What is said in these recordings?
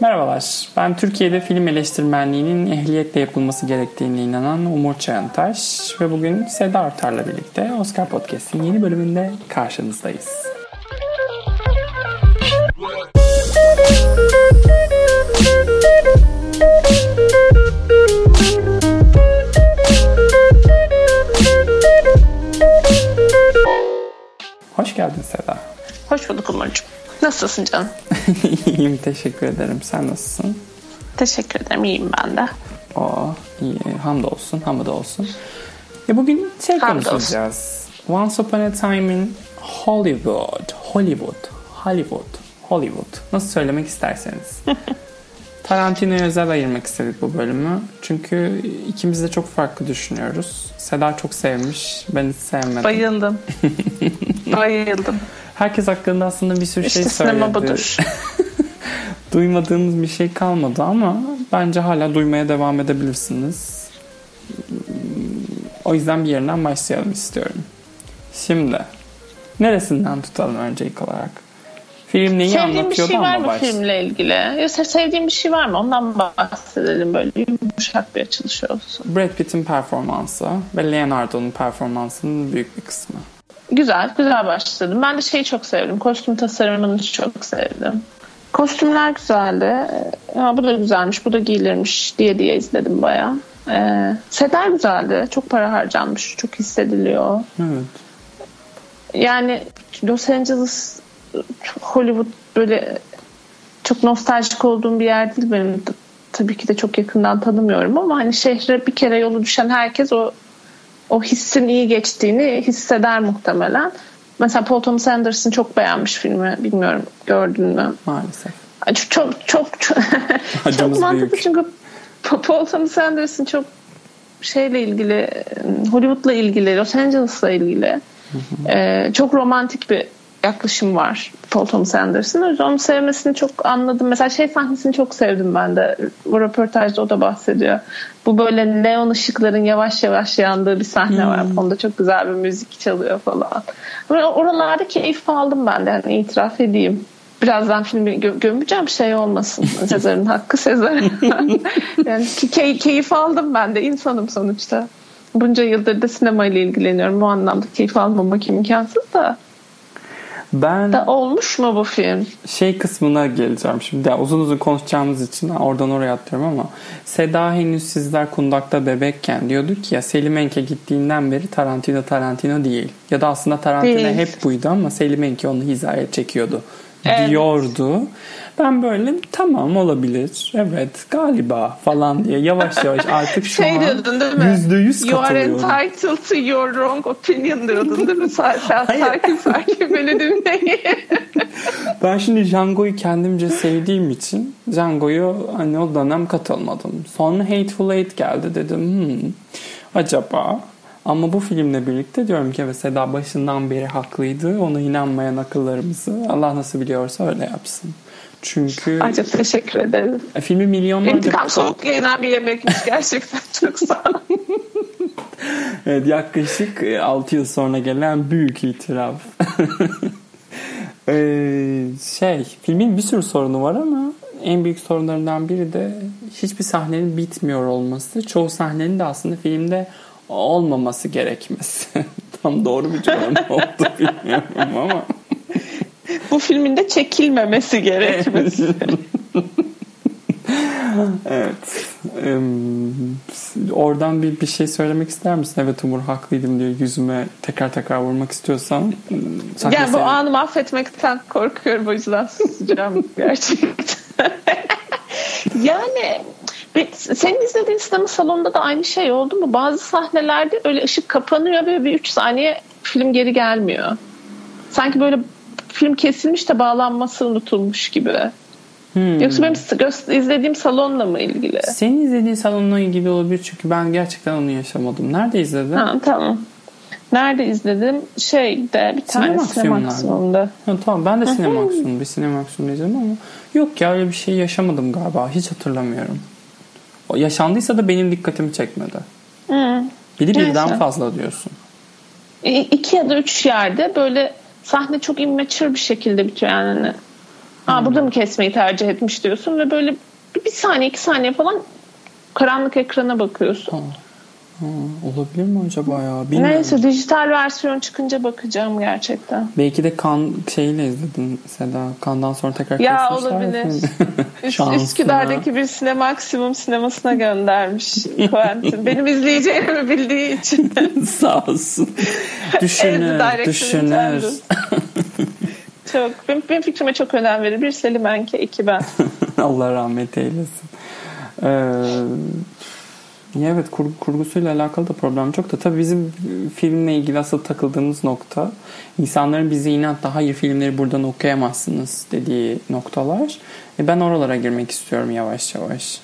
Merhabalar, ben Türkiye'de film eleştirmenliğinin ehliyetle yapılması gerektiğine inanan Umur Çağıntaş ve bugün Seda Artar'la birlikte Oscar Podcast'in yeni bölümünde karşınızdayız. Hoş geldin Seda. Hoş bulduk Umurcuğum. Nasılsın canım? İyiyim, teşekkür ederim. Sen nasılsın? Teşekkür ederim, iyiyim ben de. İyi. Hamdolsun. Bugün konuşacağız. Once Upon a Time in Hollywood. Nasıl söylemek isterseniz. Tarantino'ya özel ayırmak istedik bu bölümü. Çünkü ikimiz de çok farklı düşünüyoruz. Seda çok sevmiş, ben hiç sevmedim. Bayıldım. Herkes hakkında aslında bir sürü şey söyledi. İşte sinema budur. Duymadığınız bir şey kalmadı ama bence hala duymaya devam edebilirsiniz. O yüzden bir yerinden başlayalım istiyorum. Şimdi neresinden tutalım önce ilk olarak? Film neyi anlatıyordu ama var mı filmle ilgili? Yoksa sevdiğin bir şey var mı? Ondan bahsedelim, böyle yumuşak bir açılış olsun. Brad Pitt'in performansı ve Leonardo'nun performansının büyük bir kısmı. Güzel başladım. Ben de şeyi çok sevdim. Kostüm tasarımını çok sevdim. Kostümler güzeldi. Ya bu da güzelmiş, bu da giyilirmiş diye izledim bayağı. Setler güzeldi. Çok para harcanmış. Çok hissediliyor. Evet. Yani Los Angeles, Hollywood böyle çok nostaljik olduğum bir yer değil benim. Tabii ki de çok yakından tanımıyorum ama hani şehre bir kere yolu düşen herkes o hissin iyi geçtiğini hisseder muhtemelen. Mesela Paul Thomas Anderson çok beğenmiş filmi. Bilmiyorum, gördün mü? Maalesef. Çok mantıklı çünkü Paul Thomas Anderson çok şeyle ilgili, Hollywood'la ilgili, Los Angeles'la ilgili çok romantik bir yaklaşım var Paul Thomas Anderson'ın. O yüzden onu sevmesini çok anladım. Mesela sahnesini çok sevdim ben de. Bu röportajda o da bahsediyor. Bu böyle neon ışıkların yavaş yavaş yandığı bir sahne var. Onda çok güzel bir müzik çalıyor falan. Böyle oralarda keyif aldım ben de. Yani itiraf edeyim. Birazdan filmi gömeceğim, şey olmasın. Sezar'ın hakkı Sezar. Yani keyif aldım ben de. İnsanım sonuçta. Bunca yıldır da sinemayla ilgileniyorum. Bu anlamda keyif almamak imkansız da. Olmuş mu bu film? Kısmına geleceğim şimdi. Yani uzun konuşacağımız için oradan oraya atlıyorum ama Seda henüz sizler kundakta bebekken diyordu ki ya Selim Enke gittiğinden beri Tarantino değil. Ya da aslında Tarantino değil. Hep buydu ama Selim Enke onu hizaya çekiyordu. Evet. Diyordu. Ben böyle tamam olabilir. Evet galiba falan diye yavaş artık şu an diyordun değil mi? %100 You are katılıyorum. entitled to your wrong opinion diyordun değil mi? Sakin böyle dinleyin. Ben şimdi Django'yu kendimce sevdiğim için Django'yu hani o dönem katılmadım. Sonra Hateful Eight geldi, dedim acaba. Ama bu filmle birlikte diyorum ki evet, Seda başından beri haklıydı. Ona inanmayan akıllarımızı Allah nasıl biliyorsa öyle yapsın. Çünkü... Ay çok teşekkür ederim. Filmi milyonlarca... İntikam soğuk yenen bir yemekmiş gerçekten, çok sağ ol. Evet, yaklaşık 6 yıl sonra gelen büyük itiraf. Filmin bir sürü sorunu var ama en büyük sorunlarından biri de hiçbir sahnenin bitmiyor olması. Çoğu sahnenin de aslında filmde olmaması gerekmesi. Tam doğru bir cümle oldu bilmiyorum ama. Bu filmin de çekilmemesi gerekmesi. Evet. Oradan bir şey söylemek ister misin? Evet Umur haklıydım diye yüzüme tekrar vurmak istiyorsan. Yani bu anı mahvetmekten korkuyorum, o yüzden susacağım gerçekten. Yani senin izlediğin sinema salonunda da aynı şey oldu mu? Bazı sahnelerde öyle ışık kapanıyor ve bir 3 saniye film geri gelmiyor. Sanki böyle film kesilmiş de bağlanması unutulmuş gibi. Yoksa benim izlediğim salonla mı ilgili? Senin izlediğin salonla ilgili olabilir çünkü ben gerçekten onu yaşamadım. Nerede izledin? Tamam. Nerede izledim? Bir tane sinema aksiyonunda. Tamam, ben de sinema aksiyonunda izledim ama yok ya, öyle bir şey yaşamadım galiba. Hiç hatırlamıyorum. O yaşandıysa da benim dikkatimi çekmedi. Birden fazla diyorsun. 2 ya da 3 yerde böyle sahne çok immature bir şekilde bitiyor yani. Burada mı kesmeyi tercih etmiş diyorsun ve böyle bir saniye 2 saniye falan karanlık ekrana bakıyorsun. Olabilir mi acaba ya? Bilmiyorum. Neyse, dijital versiyon çıkınca bakacağım gerçekten. Belki de kan şeyle izledin Seda. Kandan sonra tekrar ya olabilir. Üsküdar'daki bir Sinemaksimum sinemasına göndermiş Quentin. Benim izleyeceğimi bildiği için. Sağ olsun. Düşünür. Çok. Benim fikrime çok önem verir. Bir Selim Enke, 2 ben. Allah rahmet eylesin. Evet, kurgusuyla alakalı da problem çok da. Tabii bizim filmle ilgili asıl takıldığımız nokta, insanların bize inatla hayır filmleri buradan okuyamazsınız dediği noktalar. Ben oralara girmek istiyorum yavaş yavaş.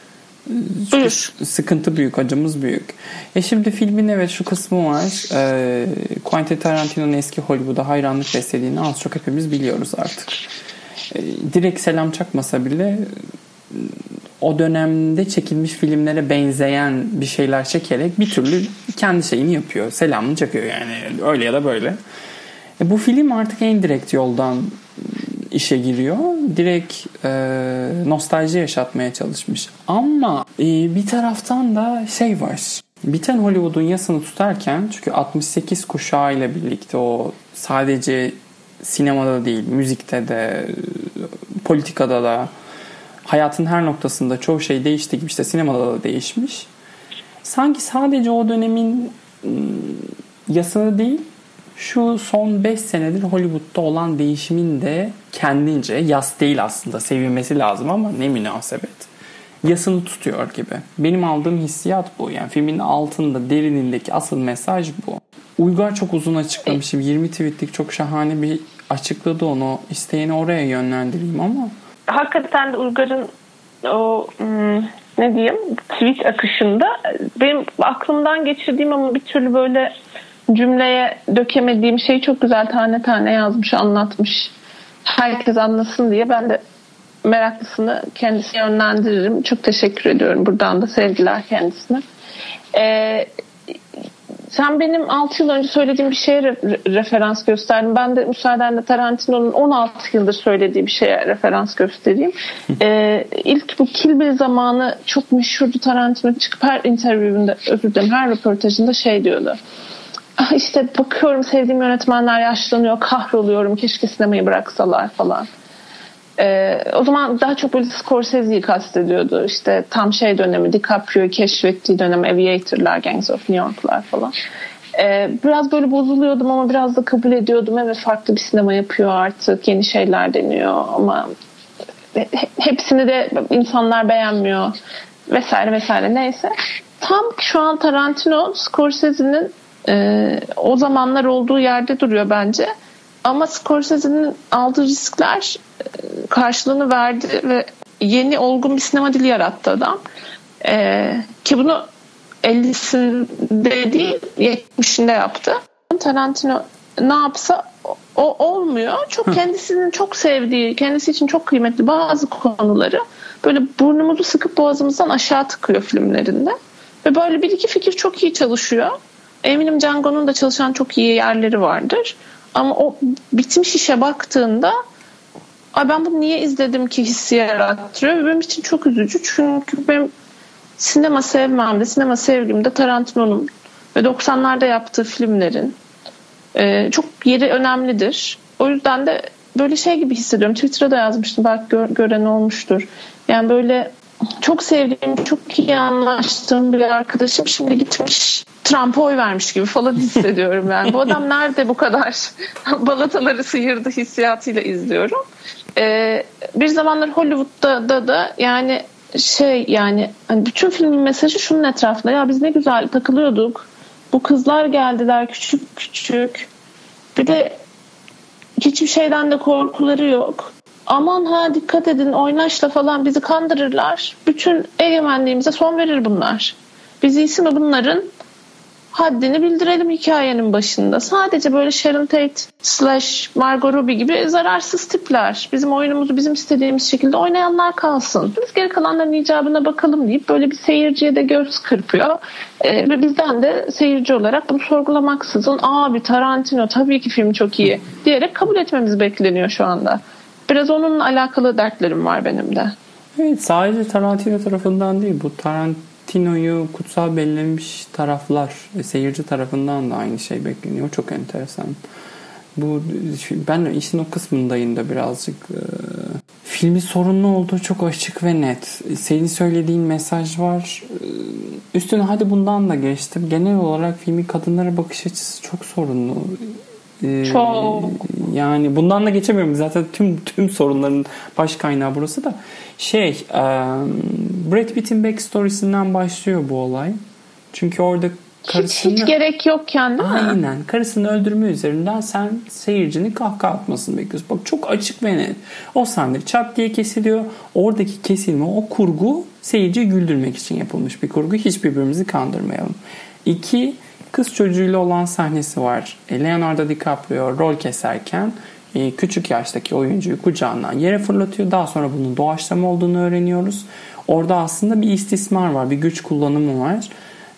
Sıkıntı büyük, acımız büyük. Şimdi filmin evet şu kısmı var. Quentin Tarantino'nun eski Hollywood'a hayranlık beslediğini az çok hepimiz biliyoruz artık. Direkt selam çakmasa bile o dönemde çekilmiş filmlere benzeyen bir şeyler çekerek bir türlü kendi şeyini yapıyor. Selamını çakıyor yani, öyle ya da böyle. Bu film artık en direkt yoldan işe giriyor. Direkt nostalji yaşatmaya çalışmış. Ama bir taraftan da şey var. Biten Hollywood'un yasını tutarken, çünkü 68 kuşağı ile birlikte o sadece sinemada değil, müzikte de, politikada da, hayatın her noktasında çoğu şey değişti gibi, işte sinemada da değişmiş. Sanki sadece o dönemin yasını değil, şu son 5 senedir Hollywood'da olan değişimin de kendince, yas değil aslında, sevilmesi lazım ama ne münasebet, yasını tutuyor gibi. Benim aldığım hissiyat bu. Yani filmin altında, derinindeki asıl mesaj bu. Uygar çok uzun açıklamış. 20 tweetlik çok şahane bir açıkladı onu. İsteyeni oraya yönlendireyim ama. Hakikaten de Uygar'ın o ne diyeyim, tweet akışında benim aklımdan geçirdiğim ama bir türlü böyle cümleye dökemediğim şeyi çok güzel tane tane yazmış, anlatmış. Herkes anlasın diye ben de meraklısını kendisine yönlendiririm. Çok teşekkür ediyorum. Buradan da sevgiler kendisine. Sen benim 6 yıl önce söylediğim bir şeye referans gösterdin. Ben de müsaadenle Tarantino'nun 16 yıldır söylediği bir şeye referans göstereyim. İlk bu Kill Bill zamanı çok meşhurdu. Tarantino çıkıp her interview'ünde, özür dilerim, her röportajında şey diyordu. İşte bakıyorum sevdiğim yönetmenler yaşlanıyor, kahroluyorum, keşke sinemayı bıraksalar falan. O zaman daha çok böyle Scorsese'yi kastediyordu. İşte tam şey dönemi, DiCaprio'yu keşfettiği dönem, Aviator'lar, Gangs of New York'lar falan. Biraz böyle bozuluyordum ama biraz da kabul ediyordum. Evet, farklı bir sinema yapıyor artık, yeni şeyler deniyor ama hepsini de insanlar beğenmiyor vesaire vesaire, neyse. Tam şu an Tarantino, Scorsese'nin o zamanlar olduğu yerde duruyor bence. Ama Scorsese'nin aldığı riskler karşılığını verdi ve yeni olgun bir sinema dili yarattı adam. Ki bunu 50'sinde değil 70'inde yaptı. Tarantino ne yapsa o olmuyor. Çok kendisinin çok sevdiği, kendisi için çok kıymetli bazı konuları böyle burnumuzu sıkıp boğazımızdan aşağı tıkıyor filmlerinde. Ve böyle bir iki fikir çok iyi çalışıyor. Eminim Django'nun da çalışan çok iyi yerleri vardır. Ama o bitmiş işe baktığında ben bunu niye izledim ki hissi yarattırıyor. Benim için çok üzücü. Çünkü benim sinema sevmemde, sinema sevgimde Tarantino'nun ve 90'larda yaptığı filmlerin çok yeri önemlidir. O yüzden de böyle şey gibi hissediyorum. Twitter'da da yazmıştım. Belki gören olmuştur. Yani böyle çok sevdiğim, çok iyi anlaştığım bir arkadaşım şimdi gitmiş Trump'a oy vermiş gibi falan hissediyorum yani. Bu adam nerede bu kadar balataları sıyırdı hissiyatıyla izliyorum. Bir zamanlar Hollywood'da da yani yani hani bütün filmin mesajı şunun etrafında. Ya biz ne güzel takılıyorduk. Bu kızlar geldiler küçük küçük. Bir de hiçbir şeyden de korkuları yok. Aman ha dikkat edin, oynaşla falan bizi kandırırlar. Bütün egemenliğimize son verir bunlar. Biz iyisi mi bunların haddini bildirelim hikayenin başında. Sadece böyle Sharon Tate / Margot Robbie gibi zararsız tipler. Bizim oyunumuzu bizim istediğimiz şekilde oynayanlar kalsın. Biz geri kalanların icabına bakalım deyip böyle bir seyirciye de göz kırpıyor. Ve bizden de seyirci olarak bunu sorgulamaksızın abi Tarantino tabii ki film çok iyi diyerek kabul etmemiz bekleniyor şu anda. Biraz onunla alakalı dertlerim var benim de. Evet, sadece Tarantino tarafından değil, bu Tarantino'yu kutsal belirlemiş taraflar, seyirci tarafından da aynı şey bekleniyor. Çok enteresan. Bu, ben işin o kısmındayım da birazcık. Filmin sorunlu olduğu çok açık ve net. Senin söylediğin mesaj var. Üstüne hadi bundan da geçtim. Genel olarak filmin kadınlara bakış açısı çok sorunlu. Çok. Yani bundan da geçemiyorum. Zaten tüm sorunların baş kaynağı burası da. Brad Pitt'in backstory'sinden başlıyor bu olay. Çünkü orada karısını... Hiç gerek yokken değil mi? Aynen. Karısını öldürme üzerinden sen seyircinin kahkaha atmasını bekliyorsun. Bak çok açık ve net. O sahne çat diye kesiliyor. Oradaki kesilme, o kurgu seyirciyi güldürmek için yapılmış bir kurgu. Hiç birbirimizi kandırmayalım. 2, kız çocuğuyla olan sahnesi var. Leonardo DiCaprio rol keserken küçük yaştaki oyuncuyu kucağından yere fırlatıyor. Daha sonra bunun doğaçlama olduğunu öğreniyoruz. Orada aslında bir istismar var. Bir güç kullanımı var.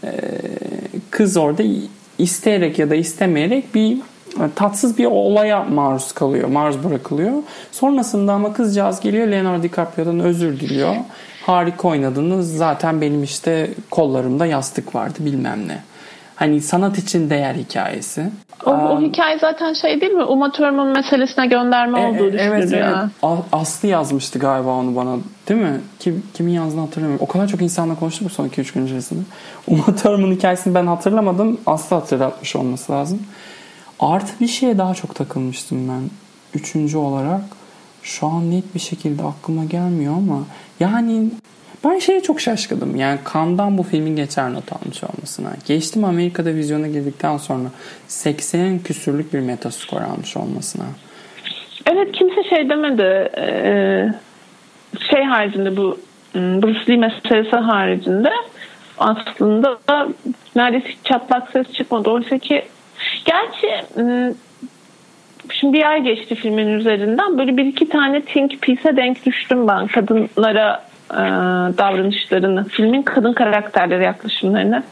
Kız orada isteyerek ya da istemeyerek bir tatsız bir olaya maruz bırakılıyor. Sonrasında ama kızcağız geliyor, Leonardo DiCaprio'dan özür diliyor. Harika oynadınız. Zaten benim işte kollarımda yastık vardı bilmem ne. Hani sanat için değer hikayesi. O hikaye zaten şey değil mi? Uma Thurman meselesine gönderme olduğu düşünülüyor. Evet. Aslı yazmıştı galiba onu bana. Değil mi? Kimin yazdığını hatırlamıyorum. O kadar çok insanla konuştuk bu son 2-3 gün içerisinde. Uma Thurman hikayesini ben hatırlamadım. Aslı hatırlatmış olması lazım. Artı bir şeye daha çok takılmıştım ben. 3. olarak. Şu an net bir şekilde aklıma gelmiyor ama yani ben şeye çok şaşkındım. Yani Cannes'dan bu filmin geçer not almış olmasına. Geçtim Amerika'da vizyona girdikten sonra 80 küsürlük bir metaskor almış olmasına. Evet, kimse şey demedi. Şey haricinde bu Bruce Lee meselesi haricinde aslında neredeyse hiç çatlak ses çıkmadı. Oysa ki gerçi şimdi bir ay geçti filmin üzerinden. Böyle 1-2 tane think piece'e denk düştüm ben. Kadınlara davranışlarını, filmin kadın karakterleri yaklaşımlarını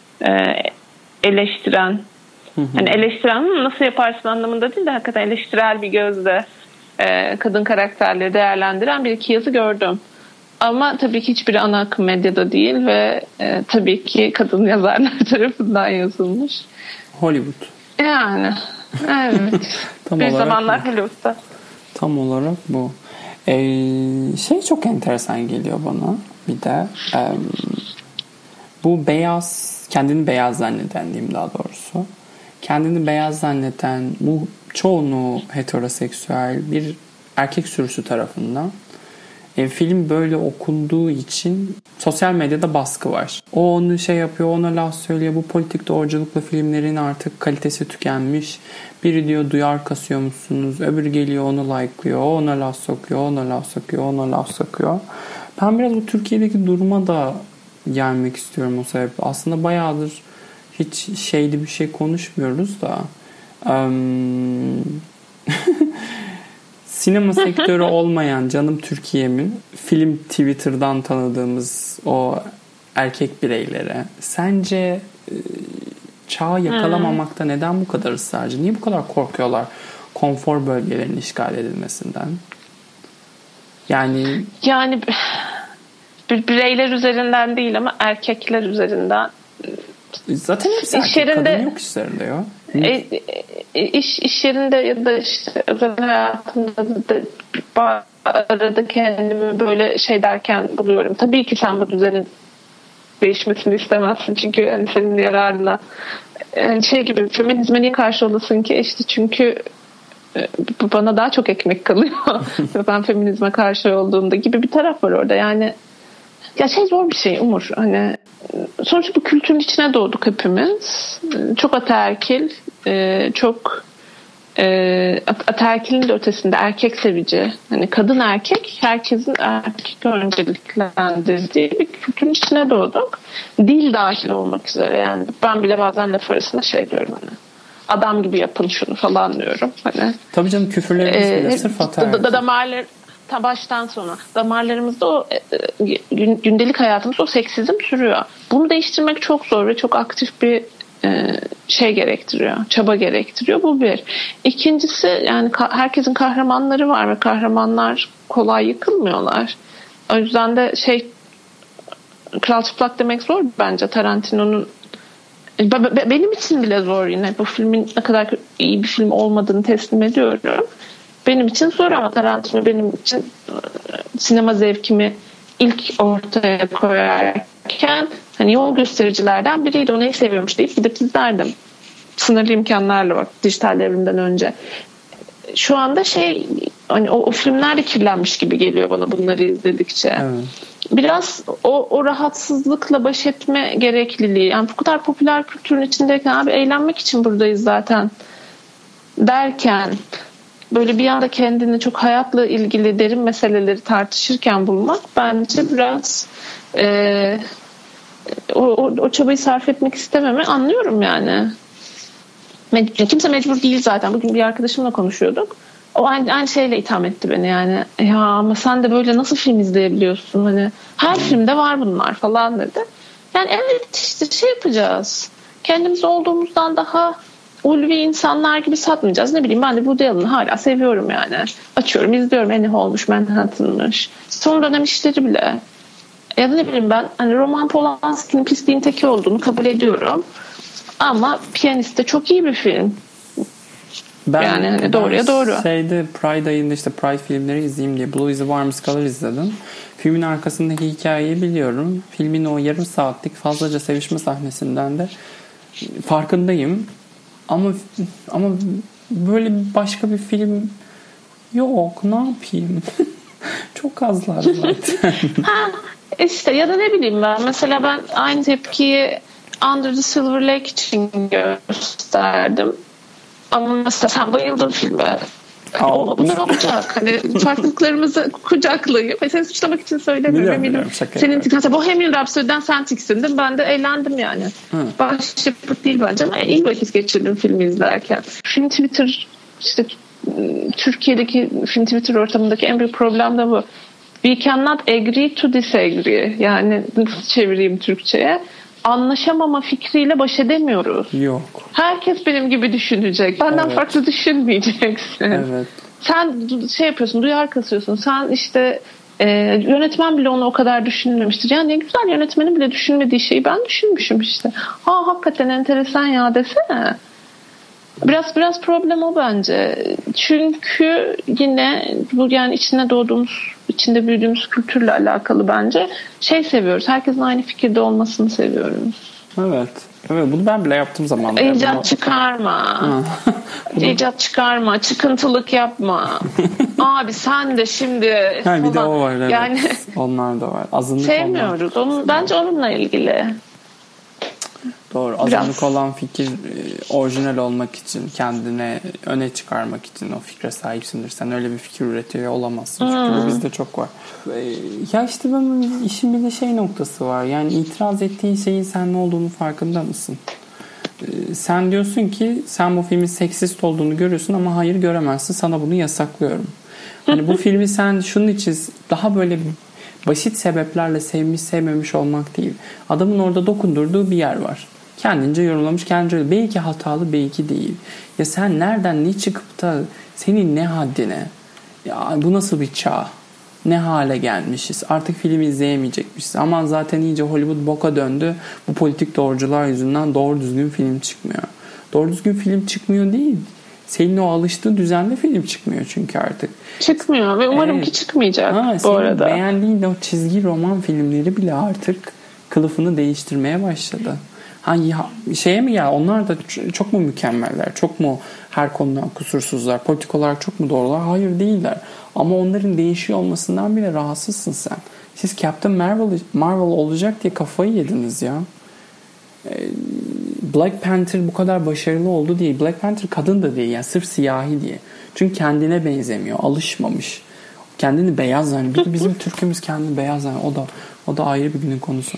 eleştiren, hani eleştiren nasıl yaparsın anlamında değil de hakikaten eleştirel bir gözle kadın karakterleri değerlendiren 1-2 yazı gördüm. Ama tabii ki hiçbiri ana akım medyada değil ve tabii ki kadın yazarlar tarafından yazılmış. Hollywood. Yani evet. Bir zamanlar Hollywood'da. Tam olarak bu. Şey çok enteresan geliyor bana bir de bu kendini beyaz zanneden diyeyim daha doğrusu, kendini beyaz zanneden bu çoğunluğu heteroseksüel bir erkek sürüsü tarafından film böyle okunduğu için sosyal medyada baskı var. O onu şey yapıyor, ona laf söylüyor. Bu politik doğruculukla filmlerin artık kalitesi tükenmiş. Biri diyor duyar kasıyor musunuz? Öbürü geliyor onu like'lıyor. O ona laf sokuyor, ona laf sokuyor, ona laf sokuyor. Ben biraz bu Türkiye'deki duruma da gelmek istiyorum o sebeple. Aslında bayağıdır hiç şeyli bir şey konuşmuyoruz da. Sinema sektörü olmayan canım Türkiye'min film Twitter'dan tanıdığımız o erkek bireylere sence çağı yakalamamakta neden bu kadar ısrarcı? Niye bu kadar korkuyorlar konfor bölgelerinin işgal edilmesinden? Yani bireyler üzerinden değil ama erkekler üzerinden. Zaten hepsi erkek, kadın yok işlerinde ya. İş yerinde ya da işte özel hayatımda da arada kendimi böyle şey derken buluyorum. Tabii ki sen bu düzenin değişmesini istemezsin. Çünkü hani senin yararına yani şey gibi feminizme niye karşı olasın ki? İşte çünkü bana daha çok ekmek kalıyor. Ben feminizme karşı olduğumda gibi bir taraf var orada. Yani ya şey zor bir şey Umur. Hani sonuçta bu kültürün içine doğduk hepimiz. Çok ataerkil, çok ataerkilin de ötesinde erkek sevici. Hani kadın erkek, herkesin erkek önceliklendirdiği bir kültürün içine doğduk. Dil dahil olmak üzere yani. Ben bile bazen laf arasında şey diyorum hani. Adam gibi yapın şunu falan diyorum. Hani. Tabii canım küfürlerimiz bile sırf ataerkil. Damarlar baştan sona damarlarımızda o gündelik hayatımızda o seksizm sürüyor. Bunu değiştirmek çok zor ve çok aktif bir şey gerektiriyor, çaba gerektiriyor. Bu bir. İkincisi yani herkesin kahramanları var ve kahramanlar kolay yıkılmıyorlar. O yüzden de Kral Çıplak demek zor bence Tarantino'nun. Benim için bile zor yine. Bu filmin ne kadar iyi bir film olmadığını teslim ediyorum. Benim için zor ama Tarantino benim için sinema zevkimi ilk ortaya koyarken hani yol göstericilerden biriydi. O neyi seviyormuş deyip gidip izlerdim. Sınırlı imkanlarla bak dijital devrimden önce. Şu anda hani o filmler de kirlenmiş gibi geliyor bana bunları izledikçe. Evet. Biraz o rahatsızlıkla baş etme gerekliliği. Yani bu kadar popüler kültürün içindeyken abi eğlenmek için buradayız zaten derken böyle bir anda kendini çok hayatla ilgili derin meseleleri tartışırken bulmak bence biraz o çabayı sarf etmek istememi anlıyorum yani. Kimse mecbur değil zaten. Bugün bir arkadaşımla konuşuyorduk. O aynı şeyle itham etti beni yani. Ya ama sen de böyle nasıl film izleyebiliyorsun? Hani her filmde var bunlar falan dedi. Yani evet işte yapacağız. Kendimiz olduğumuzdan daha ulvi insanlar gibi satmayacağız. Ne bileyim ben de Woody Allen'ı hala seviyorum yani. Açıyorum izliyorum. Annie olmuş, Manhattan'mış. Son dönem işleri bile. Ya da ne bileyim ben hani Roman Polanski'nin pisliğin teki olduğunu kabul ediyorum. Ama Piyanist de çok iyi bir film. Yani hani doğruya doğru. Pride ayında işte Pride filmleri izleyeyim diye Blue is the Warmest Color izledim. Filmin arkasındaki hikayeyi biliyorum. Filmin o yarım saatlik fazlaca sevişme sahnesinden de farkındayım. Ama böyle başka bir film yok. Ne yapayım? Çok azlar zaten. İşte ya da ne bileyim ben. Mesela ben aynı tepkiyi Under the Silver Lake için gösterdim. Ama mesela sen bayıldın filme. Bunlar olacak. Hani farklılıklarımızı kucaklayıp seni suçlamak için söylemiyorum. Biliyorum, senin mesela Bohemian Rhapsody'den sen tiksindin. Ben de eğlendim yani. Başyapıt değil bence ama iyi vakit geçirdim filmi izlerken. Film Twitter işte Türkiye'deki film Twitter ortamındaki en büyük problem de bu. We cannot agree to disagree. Yani nasıl çevireyim Türkçe'ye? Anlaşamama fikriyle baş edemiyoruz. Yok. Herkes benim gibi düşünecek. Benden farklı düşünmeyeceksin. Evet. Sen yapıyorsun, duyar kasıyorsun. Sen işte yönetmen bile onu o kadar düşünmemiştir. Yani ne güzel yönetmenin bile düşünmediği şeyi ben düşünmüşüm işte. Hakikaten enteresan ya desene. Biraz problem o bence. Çünkü yine bu yani içinde büyüdüğümüz kültürle alakalı bence seviyoruz. Herkesin aynı fikirde olmasını seviyoruz. Evet. Evet, bunu ben bile yaptığım zaman. İcat çıkarma. İcat çıkarma. Çıkıntılık yapma. Abi sen de şimdi bir de o var. Evet. Yani onlar da var. Azınlık sevmiyoruz. Bence onunla ilgili. Doğru. Azınlık olan fikir orijinal olmak için, kendine öne çıkarmak için o fikre sahipsindir. Sen öyle bir fikir üretiyor olamazsın. Çünkü bu bizde çok var. Ya işte ben işin bir de noktası var. Yani itiraz ettiğin şeyin sen ne olduğunu farkında mısın? Sen diyorsun ki sen bu filmin seksist olduğunu görüyorsun ama hayır göremezsin. Sana bunu yasaklıyorum. Hani bu filmi sen şunun için daha böyle basit sebeplerle sevmiş sevmemiş olmak değil. Adamın orada dokundurduğu bir yer var. Kendince yorumlamış, kendince belki hatalı, belki değil. Ya sen nereden ne çıkıp da senin ne haddine? Ya bu nasıl bir çağ? Ne hale gelmişiz? Artık film izleyemeyecekmişiz. Aman zaten iyice Hollywood boka döndü. Bu politik doğrucular yüzünden doğru düzgün film çıkmıyor. Doğru düzgün film çıkmıyor değil. Senin o alıştığın düzenli film çıkmıyor çünkü artık. Çıkmıyor ve umarım ki çıkmayacak bu arada. Beğendiğin o çizgi roman filmleri bile artık kılıfını değiştirmeye başladı. Onlar da çok mu mükemmeller? Çok mu her konudan kusursuzlar? Politik olarak çok mu doğrular? Hayır değiller. Ama onların değişiyor olmasından bile rahatsızsın sen. Siz Captain Marvel olacak diye kafayı yediniz ya. Black Panther bu kadar başarılı oldu diye. Black Panther kadın da değil yani sırf siyahi diye. Çünkü kendine benzemiyor. Alışmamış. Kendini beyaz zannediyor. Bizim Türk'ümüz kendini beyaz zannediyor. O da ayrı bir günün konusu.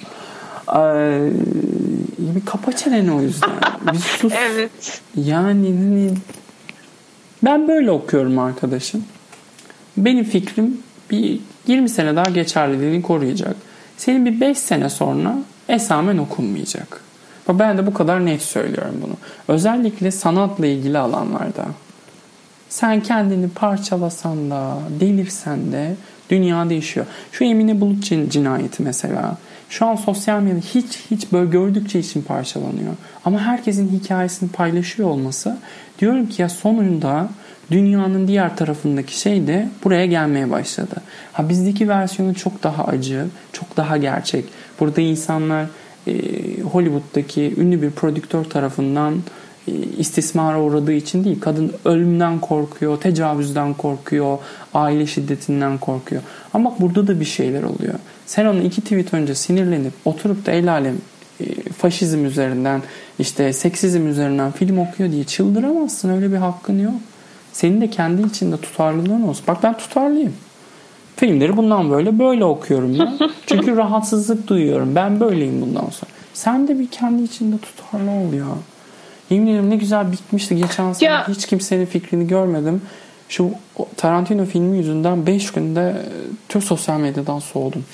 Bir kapa çeneni o yüzden. Bir sus. Evet. Yani ben böyle okuyorum arkadaşım. Benim fikrim bir 20 sene daha geçerliliğini koruyacak. Senin bir 5 sene sonra esamen okunmayacak. Ben de bu kadar net söylüyorum bunu. Özellikle sanatla ilgili alanlarda. Sen kendini parçalasan da, delirsen de dünya değişiyor. Şu Emine Bulut cinayeti mesela. Şu an sosyal medyada hiç böyle gördükçe için parçalanıyor. Ama herkesin hikayesini paylaşıyor olması, diyorum ki ya sonunda dünyanın diğer tarafındaki şey de buraya gelmeye başladı. Bizdeki versiyonu çok daha acı, çok daha gerçek. Burada insanlar Hollywood'daki ünlü bir prodüktör tarafından istismara uğradığı için değil. Kadın ölümden korkuyor, tecavüzden korkuyor, aile şiddetinden korkuyor. Ama bak burada da bir şeyler oluyor. Sen onu 2 tweet önce sinirlenip oturup da el alem faşizm üzerinden, işte seksizm üzerinden film okuyor diye çıldıramazsın. Öyle bir hakkın yok. Senin de kendi içinde tutarlılığın olsun. Bak ben tutarlıyım. Filmleri bundan böyle okuyorum ben. Çünkü rahatsızlık duyuyorum. Ben böyleyim bundan sonra. Sen de bir kendi içinde tutarlı ol ya. Yemin ederim ne güzel bitmişti geçen sene. Hiç kimsenin fikrini görmedim. Şu Tarantino filmi yüzünden 5 günde tüm sosyal medyadan soğudum.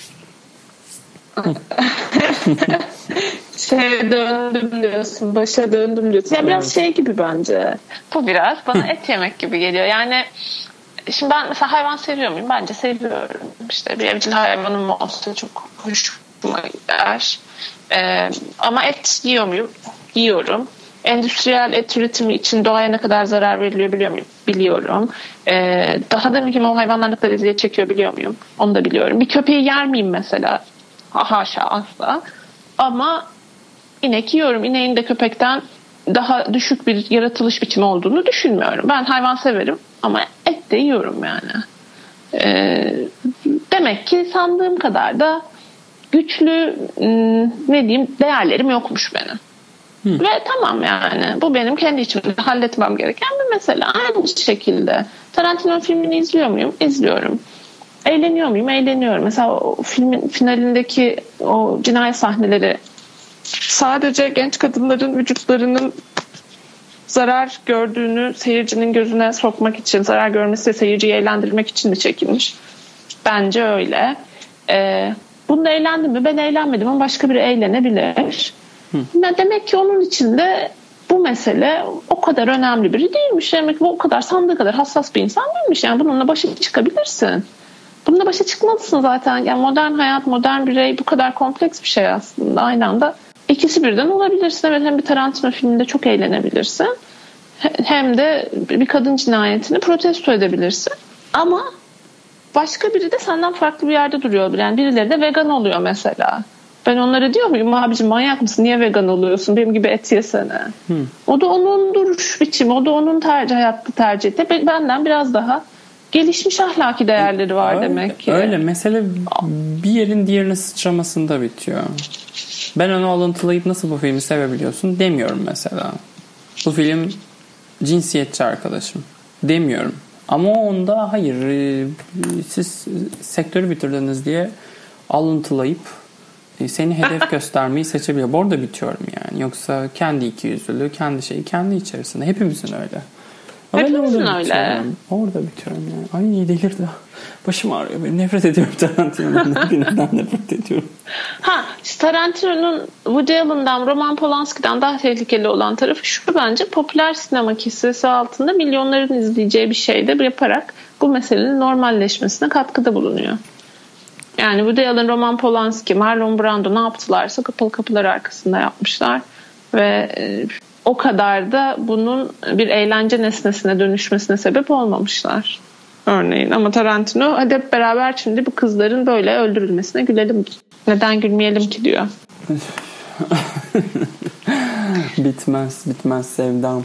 Döndüm diyorsun, başa döndüm diyorsun. Ya biraz şey gibi bence. Bu biraz bana et yemek gibi geliyor. Yani şimdi ben mesela hayvan seviyor muyum? Bence seviyorum. İşte bir evcil hayvanım olsa çok hoşuma gider. Ama et yiyor muyum? Yiyorum. Endüstriyel et üretimi için doğaya ne kadar zarar veriliyor biliyor muyum? Biliyorum. Daha da mühim o hayvanlar ne kadar eziyet çekiyor biliyor muyum? Onu da biliyorum. Bir köpeği yer miyim mesela? Haşa asla. Ama inek yiyorum. İneğin de köpekten daha düşük bir yaratılış biçimi olduğunu düşünmüyorum. Ben hayvan severim ama et de yiyorum yani. Demek ki sandığım kadar da güçlü değerlerim yokmuş benim. Ve tamam yani bu benim kendi içimde halletmem gereken bir mesele. Aynı şekilde Tarantino filmini izliyor muyum? İzliyorum. Eğleniyor muyum? Eğleniyorum. Mesela o filmin finalindeki o cinayet sahneleri sadece genç kadınların vücutlarının zarar gördüğünü seyircinin gözüne sokmak için, zarar görmesi seyirciyi eğlendirmek için de çekilmiş. Bence öyle. Bunda eğlendim mi? Ben eğlenmedim ama başka biri eğlenebilir. Demek ki onun için de bu mesele o kadar önemli biri değilmiş. Demek ki bu o kadar sandığı kadar hassas bir insan değilmiş. Yani bununla başa çıkabilirsin. Bununla başa çıkmalısın zaten. Yani modern hayat, modern birey bu kadar kompleks bir şey aslında. Aynı anda ikisi birden olabilirsin. Evet, hem bir Tarantino filminde çok eğlenebilirsin. Hem de bir kadın cinayetini protesto edebilirsin. Ama başka biri de senden farklı bir yerde duruyor. Yani birileri de vegan oluyor mesela. Ben onlara diyor muyum abicim manyak mısın? Niye vegan oluyorsun? Benim gibi et yesene. O da onun duruş biçimi. O da onun hayatta tercihi. Benden biraz daha gelişmiş ahlaki değerleri var öyle, demek ki. Öyle. Mesele bir yerin diğerine sıçramasında bitiyor. Ben onu alıntılayıp nasıl bu filmi sevebiliyorsun demiyorum mesela. Bu film cinsiyetçi arkadaşım demiyorum. Ama onda hayır siz sektörü bitirdiniz diye alıntılayıp seni hedef göstermeyi seçebiliyor. Orada bitiyorum yani. Yoksa kendi ikiyüzlülüğü, kendi şeyi kendi içerisinde. Hepimizin öyle. Hepimizin öyle. Orada bitiyorum yani. Ay delirdi. Başım ağrıyor. Ben nefret ediyorum Tarantino'dan. Neden nefret ediyorum? Tarantino'nun Woody Allen'dan, Roman Polanski'den daha tehlikeli olan tarafı şu bence popüler sinema kisvesi altında milyonların izleyeceği bir şeyde yaparak bu meselenin normalleşmesine katkıda bulunuyor. Yani Woody Allen, Roman Polanski, Marlon Brando ne yaptılarsa kapalı kapılar arkasında yapmışlar ve o kadar da bunun bir eğlence nesnesine dönüşmesine sebep olmamışlar. Örneğin ama Tarantino hadi hep beraber şimdi bu kızların böyle öldürülmesine gülelim. Neden gülmeyelim ki diyor. bitmez sevdam.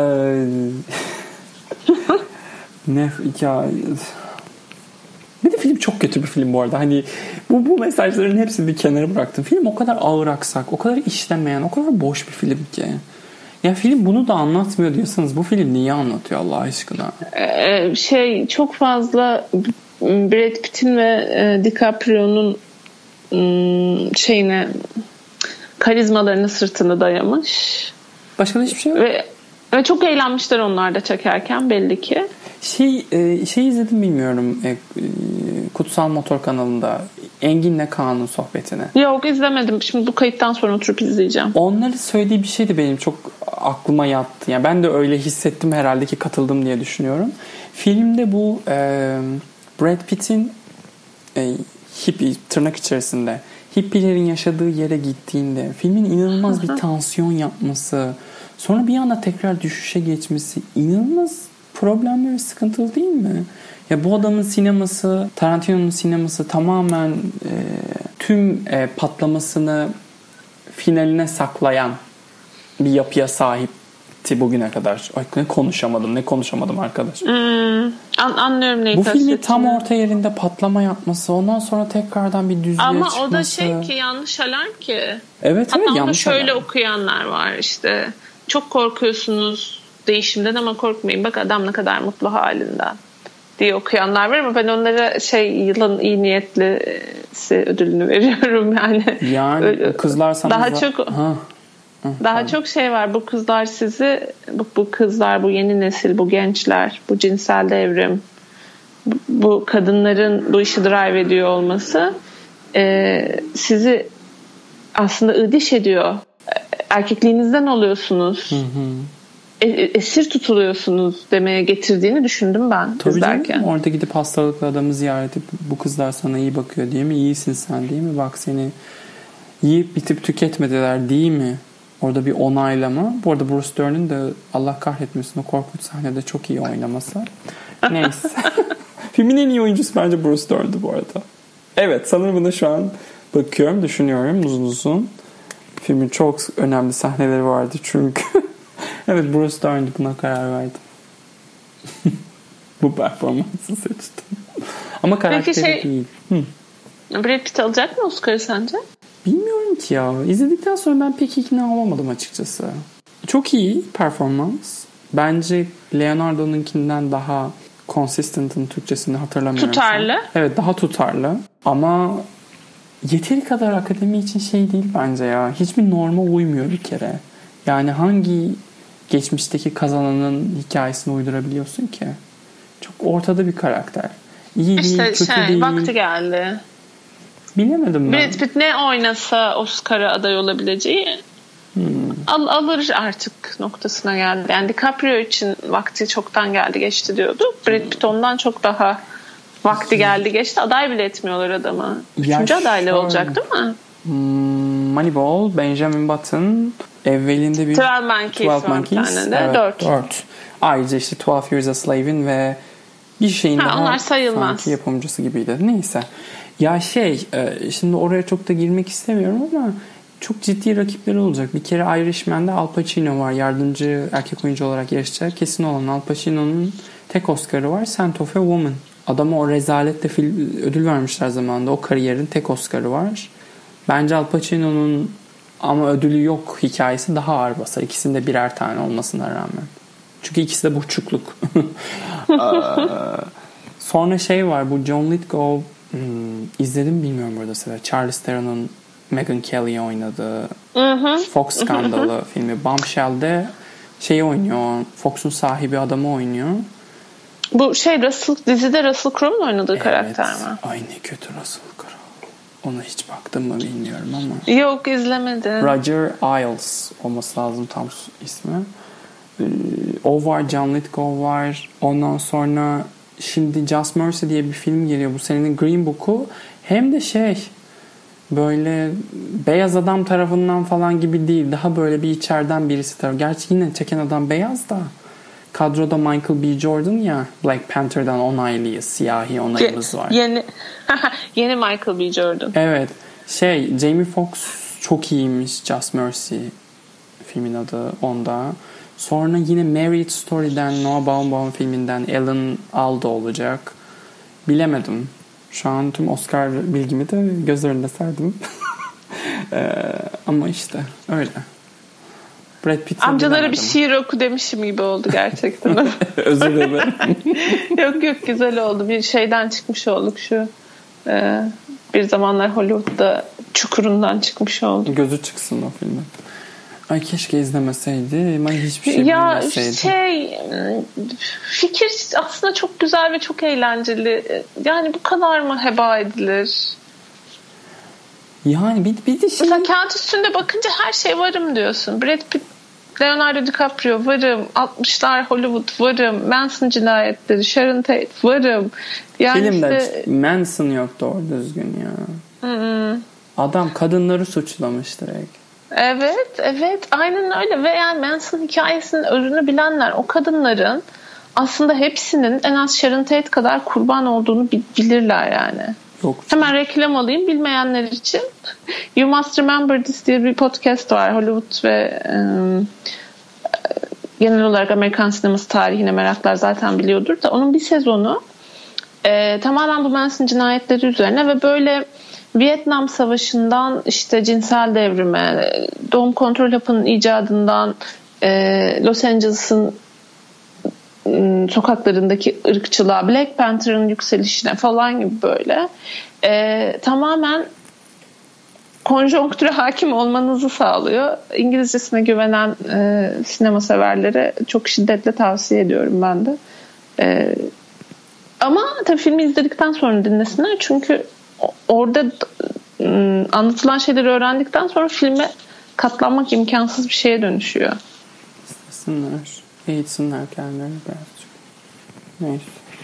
Ne hikaye. Bir de film çok kötü bir film bu arada. Hani bu mesajların hepsini bir kenara bıraktım. Film o kadar ağır aksak, o kadar işlemeyen, o kadar boş bir film ki. Ya film bunu da anlatmıyor diyorsanız bu film niye anlatıyor Allah aşkına? Çok fazla Brad Pitt'in ve DiCaprio'nun karizmalarını sırtını dayamış. Başka da hiçbir şey yok. Ve çok eğlenmişler onlar da çekerken belli ki. Şey izledim bilmiyorum. Kutsal Motor kanalında Engin'le Kaan'ın sohbetini. Yok izlemedim. Şimdi bu kayıttan sonra oturup izleyeceğim. Onları söylediği bir şeydi benim çok aklıma yattı. Yani ben de öyle hissettim herhalde ki katıldım diye düşünüyorum. Filmde bu Brad Pitt'in hippie tırnak içerisinde hippilerin yaşadığı yere gittiğinde filmin inanılmaz bir tansiyon yapması, sonra bir anda tekrar düşüşe geçmesi inanılmaz problemli ve sıkıntılı değil mi? Ya bu adamın sineması, Tarantino'nun sineması tamamen tüm patlamasını finaline saklayan bir yapıya sahipti bugüne kadar. Ay, ne konuşamadım arkadaş. Anlıyorum neyi bu filmi tam orta yerinde patlama yapması, ondan sonra tekrardan bir düzlüğe çıkması. Ama o da şey ki yanlış alarm ki. Evet hatta yanlış alarm. Şöyle alarm. okuyanlar var işte. Çok korkuyorsunuz değişimden ama korkmayın. Bak adam ne kadar mutlu halinden diye okuyanlar var ama ben onlara yılın iyi niyetlisi ödülünü veriyorum yani. Yani kızlar sana daha çok şey var. Bu kızlar sizi bu kızlar, bu yeni nesil, bu gençler, bu cinsel devrim, bu kadınların bu işi drive ediyor olması sizi aslında ıdiş ediyor. Erkekliğinizden oluyorsunuz. Esir tutuluyorsunuz demeye getirdiğini düşündüm ben izlerken. Canım, orada gidip hastalıklı adamı ziyaret edip bu kızlar sana iyi bakıyor değil mi? İyisin sen değil mi? Bak seni yiyip bitip tüketmediler değil mi? Orada bir onaylama. Bu arada Bruce Dern'in de Allah kahretmesin o korkunç sahnede çok iyi oynaması. Neyse. Filmin en iyi oyuncusu bence Bruce Dern'di bu arada. Evet sanırım buna şu an bakıyorum, düşünüyorum uzun. Filmin çok önemli sahneleri vardı çünkü. Evet Bruce Dern'di, buna karar verdim. Bu performansı seçtim. Ama karakteri değil. Brad Pitt alacak mı Oscar'ı sence? Bilmiyorum ki ya. İzledikten sonra ben pek ikna olamadım açıkçası. Çok iyi performans. Bence Leonardo'nunkinden daha consistent'ın Türkçesini hatırlamıyorum. Tutarlı. Evet daha tutarlı. Ama yeteri kadar akademi için şey değil bence ya. Hiçbir norma uymuyor bir kere. Yani hangi geçmişteki kazananın hikayesini uydurabiliyorsun ki? Çok ortada bir karakter. İyi değil, kötü değil. Vakti geldi. Bilemedim ben. Brad Pitt ne oynasa Oscar'a aday olabileceği alır artık noktasına geldi. Yani DiCaprio için vakti çoktan geldi geçti diyordu. Brad Pitt ondan çok daha vakti geldi geçti. Aday bile etmiyorlar adamı. Üçüncü adaylı olacak değil mi? Moneyball, Benjamin Button, evvelinde bir 12 Monkeys evet, 4. Ayrıca işte 12 Years a Slave'in ve bir şeyin daha onlar sayılmaz. Sanki yapımcısı gibiydi. Neyse. Ya şimdi oraya çok da girmek istemiyorum ama çok ciddi rakipleri olacak. Bir kere Irishman'da Al Pacino var. Yardımcı erkek oyuncu olarak yarışacak. Kesin olan Al Pacino'nun tek Oscar'ı var. Scent of a Woman. Adama o rezaletle ödül vermişler zamanında. O kariyerin tek Oscar'ı var. Bence Al Pacino'nun ama ödülü yok hikayesi daha ağır basar. İkisinde birer tane olmasına rağmen. Çünkü ikisi de buçukluk. Sonra var bu John Lithgow izledim bilmiyorum burada sefer. Charlize Theron'un Megyn Kelly'yi oynadığı Fox skandalı filmi. Bombshell'de oynuyor. Fox'un sahibi adamı oynuyor. Bu dizide Russell Crowe'un oynadığı karakter mi? Ay ne kötü Russell Crowe. Ona hiç baktım mı bilmiyorum ama. Yok izlemedim. Roger Ailes olması lazım tam ismi. O var, John Lithgow var. Ondan sonra şimdi Just Mercy diye bir film geliyor. Bu senenin Green Book'u. Hem de böyle beyaz adam tarafından falan gibi değil. Daha böyle bir içeriden birisi tarafı. Gerçi yine çeken adam beyaz da. Kadroda Michael B. Jordan ya. Black Panther'dan onaylıyız. Siyahi onayımız var. Yeni Michael B. Jordan. Evet. Jamie Foxx çok iyiymiş. Just Mercy filmin adı onda. Sonra yine Marriage Story'den Noah Baumbach filminden Alan Alda olacak. Bilemedim. Şu an tüm Oscar bilgimi de göz önünde serdim. Ama işte öyle. Brad Pitt'e amcalara bir şiir oku demişim gibi oldu gerçekten. Özür dilerim. Yok güzel oldu. Bir şeyden çıkmış olduk şu. Bir zamanlar Hollywood'da çukurundan çıkmış olduk. Gözü çıksın o filmin. Ay keşke izlemeseydi ama hiçbir şey bilmeseydi. Ya fikir aslında çok güzel ve çok eğlenceli. Yani bu kadar mı heba edilir? Yani bir de mesela kağıt üstünde bakınca her şey varım diyorsun. Brad Pitt, Leonardo DiCaprio varım. 60'lar Hollywood varım. Manson cinayetleri, Sharon Tate varım. Yani filmde işte, Manson yok doğru düzgün ya. Adam kadınları suçlamış direkt. Evet aynen öyle ve yani Manson hikayesinin özünü bilenler o kadınların aslında hepsinin en az Sharon Tate kadar kurban olduğunu bilirler yani. Yok. Hemen reklam alayım bilmeyenler için. You Must Remember This diye bir podcast var. Hollywood ve genel olarak Amerikan sineması tarihine meraklar zaten biliyordur da onun bir sezonu tamamen bu Manson cinayetleri üzerine ve böyle Vietnam Savaşı'ndan işte cinsel devrime, doğum kontrol hapının icadından Los Angeles'ın sokaklarındaki ırkçılığa, Black Panther'ın yükselişine falan gibi böyle tamamen konjonktüre hakim olmanızı sağlıyor. İngilizcesine güvenen sinema severlere çok şiddetle tavsiye ediyorum ben de. Ama tabii filmi izledikten sonra dinlesinler çünkü orada anlatılan şeyleri öğrendikten sonra filme katlanmak imkansız bir şeye dönüşüyor. İstesinler. Eğitsinler kendilerini birazcık. Neyse.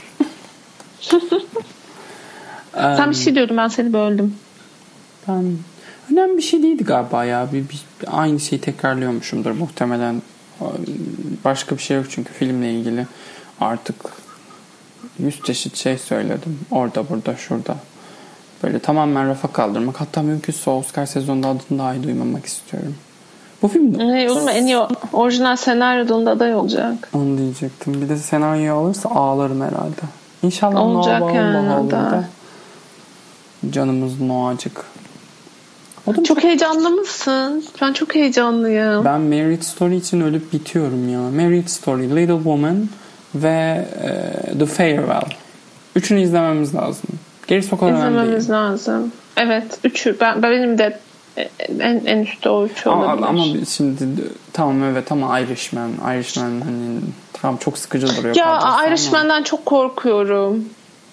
Sen bir şey diyordun ben seni böldüm. Ben önemli bir şey değildi galiba ya. Bir aynı şeyi tekrarlıyormuşumdur muhtemelen. Başka bir şey yok çünkü filmle ilgili artık 100 çeşit şey söyledim. Orada burada şurada. Böyle tamamen rafa kaldırmak. Hatta mümkünse Oscar sezonunda adını dahi duymamak istiyorum. Bu film olur mu? En iyi orijinal senaryo dalında aday olacak. Onu diyecektim. Bir de senaryoyu alırsa ağlarım herhalde. İnşallah olacak yani da. Canımız Noah'cık. Çok heyecanlı mısın? Ben çok heyecanlıyım. Ben Marriage Story için ölüp bitiyorum ya. Marriage Story, Little Woman ve The Farewell. Üçünü izlememiz lazım. Gerisi o kadar önemli değil. İzlememiz lazım. Evet. Üçü. Benim de en üstte o üçü olabilir. Ama şimdi tamam evet ama Irishman hani tamam çok sıkıcı duruyor. Ya Irishman'dan çok korkuyorum.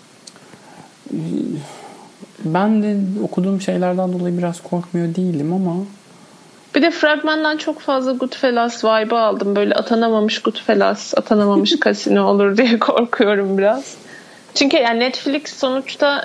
Ben de okuduğum şeylerden dolayı biraz korkmuyor değilim ama bir de fragmandan çok fazla Goodfellas vibe'ı aldım. Böyle atanamamış Goodfellas, atanamamış Casino olur diye korkuyorum biraz. Çünkü yani Netflix sonuçta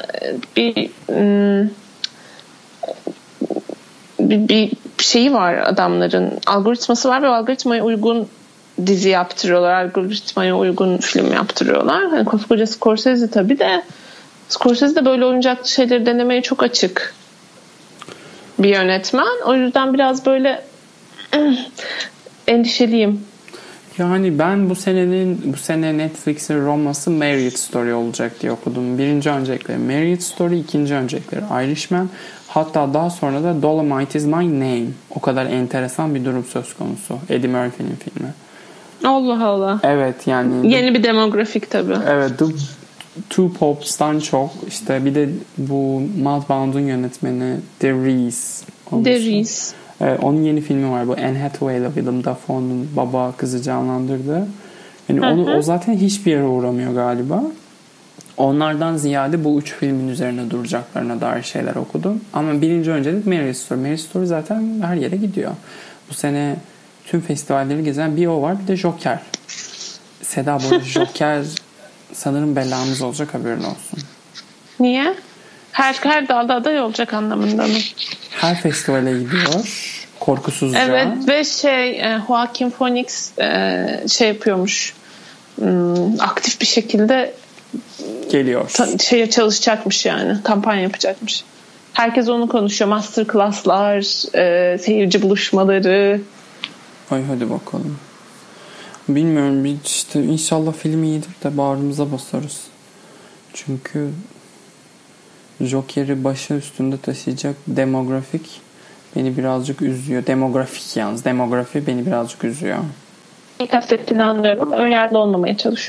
bir şeyi var adamların. Algoritması var ve algoritmaya uygun dizi yaptırıyorlar. Algoritmaya uygun film yaptırıyorlar. Hani koskoca Scorsese tabii de Scorsese de böyle oyuncaklı şeyleri denemeye çok açık bir yönetmen. O yüzden biraz böyle endişeliyim. Yani ben bu sene Netflix'in Roma'sı Marriage Story olacak diye okudum. Birinci öncelikleri Marriage Story, ikinci öncelikleri Irishman. Hatta daha sonra da Dolomite is My Name. O kadar enteresan bir durum söz konusu. Eddie Murphy'nin filmi. Allah Allah. Evet yani. Yeni bir demografik tabii. Evet. The Two Popes'tan çok. İşte bir de bu Mudbound'un yönetmeni The Reese. Onun yeni filmi var. Bu Anne Hathaway'la Willem Dafoe'nun baba kızı canlandırdığı. Yani o zaten hiçbir yere uğramıyor galiba. Onlardan ziyade bu üç filmin üzerine duracaklarına dair şeyler okudum. Ama birinci öncelik Marriage Story. Marriage Story zaten her yere gidiyor. Bu sene tüm festivalleri gezen bir o var bir de Joker. Seda bu Joker sanırım belamız olacak haberin olsun. Niye? Her dalda aday olacak anlamında mı? Her festivale gidiyor. Korkusuzca. Evet ve Joaquin Phoenix yapıyormuş. Aktif bir şekilde geliyor. Çalışacakmış yani. Kampanya yapacakmış. Herkes onu konuşuyor. Masterclass'lar, seyirci buluşmaları. Ay hadi bakalım. Bilmiyorum işte inşallah film iyidir de bağrımıza basarız. Çünkü Joker'i başı üstünde taşıyacak demografik beni birazcık üzüyor. Demografi beni birazcık üzüyor. İlk kastettiğini anlıyorum. Ön yargılı olmamaya çalışıyorum.